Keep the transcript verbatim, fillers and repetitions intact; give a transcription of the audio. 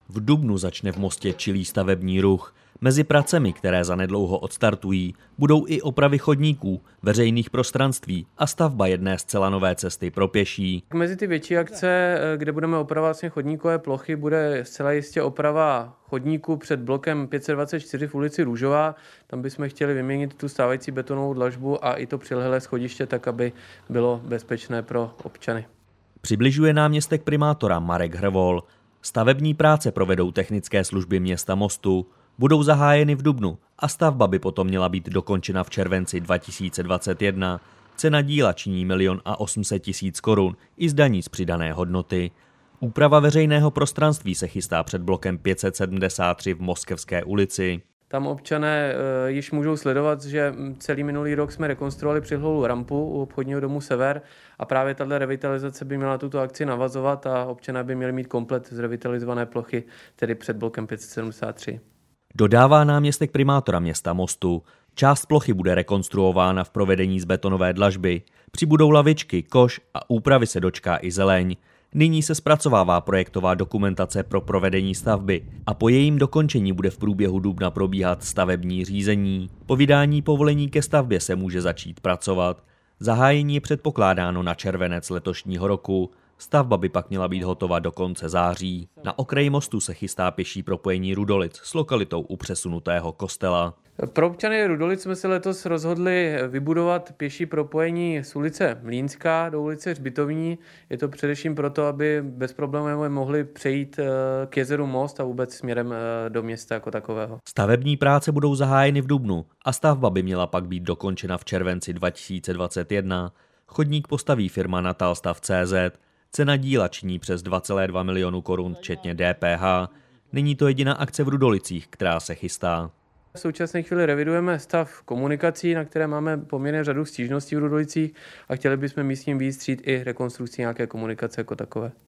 V dubnu začne v Mostě čilý stavební ruch. Mezi pracemi, které zanedlouho odstartují, budou i opravy chodníků, veřejných prostranství a stavba jedné zcela nové cesty pro pěší. Mezi ty větší akce, kde budeme opravovat vlastně chodníkové plochy, bude zcela jistě oprava chodníku před blokem pět set dvacet čtyři v ulici Růžová. Tam bychom chtěli vyměnit tu stávající betonovou dlažbu a i to přilehlé schodiště tak, aby bylo bezpečné pro občany. Přibližuje náměstek primátora Marek Hrvol. Stavební práce provedou technické služby města Mostu. Budou zahájeny v dubnu a stavba by potom měla být dokončena v červenci dva tisíce dvacet jedna. Cena díla činí milion a osm set tisíc korun i z daní z přidané hodnoty. Úprava veřejného prostranství se chystá před blokem pět set sedmdesát tři v Moskevské ulici. Tam občané e, již můžou sledovat, že celý minulý rok jsme rekonstruovali přihlou rampu u obchodního domu Sever a právě tato revitalizace by měla tuto akci navazovat a občané by měli mít komplet zrevitalizované plochy, tedy před blokem pět set sedmdesát tři. Dodává náměstek primátora města Mostu. Část plochy bude rekonstruována v provedení z betonové dlažby. Přibudou lavičky, koš a úpravy se dočká i zeleň. Nyní se zpracovává projektová dokumentace pro provedení stavby a po jejím dokončení bude v průběhu dubna probíhat stavební řízení. Po vydání povolení ke stavbě se může začít pracovat. Zahájení je předpokládáno na červenec letošního roku. Stavba by pak měla být hotova do konce září. Na okraji mostu se chystá pěší propojení Rudolic s lokalitou u přesunutého kostela. Pro občany Rudolic jsme se letos rozhodli vybudovat pěší propojení z ulice Mlýnská do ulice Hřbitovní. Je to především proto, aby bezproblémově mohli přejít k jezeru Most a vůbec směrem do města jako takového. Stavební práce budou zahájeny v dubnu a stavba by měla pak být dokončena v červenci dva tisíce dvacet jedna. Chodník postaví firma Natalstav tečka cé zet. Cena díla činí přes dva celé dva milionu korun včetně dé pé há. Není to jediná akce v Rudolicích, která se chystá. V současné chvíli revidujeme stav komunikací, na které máme poměrně řadu stížností v Rudolicích a chtěli bychom místním vyjít vstříc i rekonstrukcí nějaké komunikace jako takové.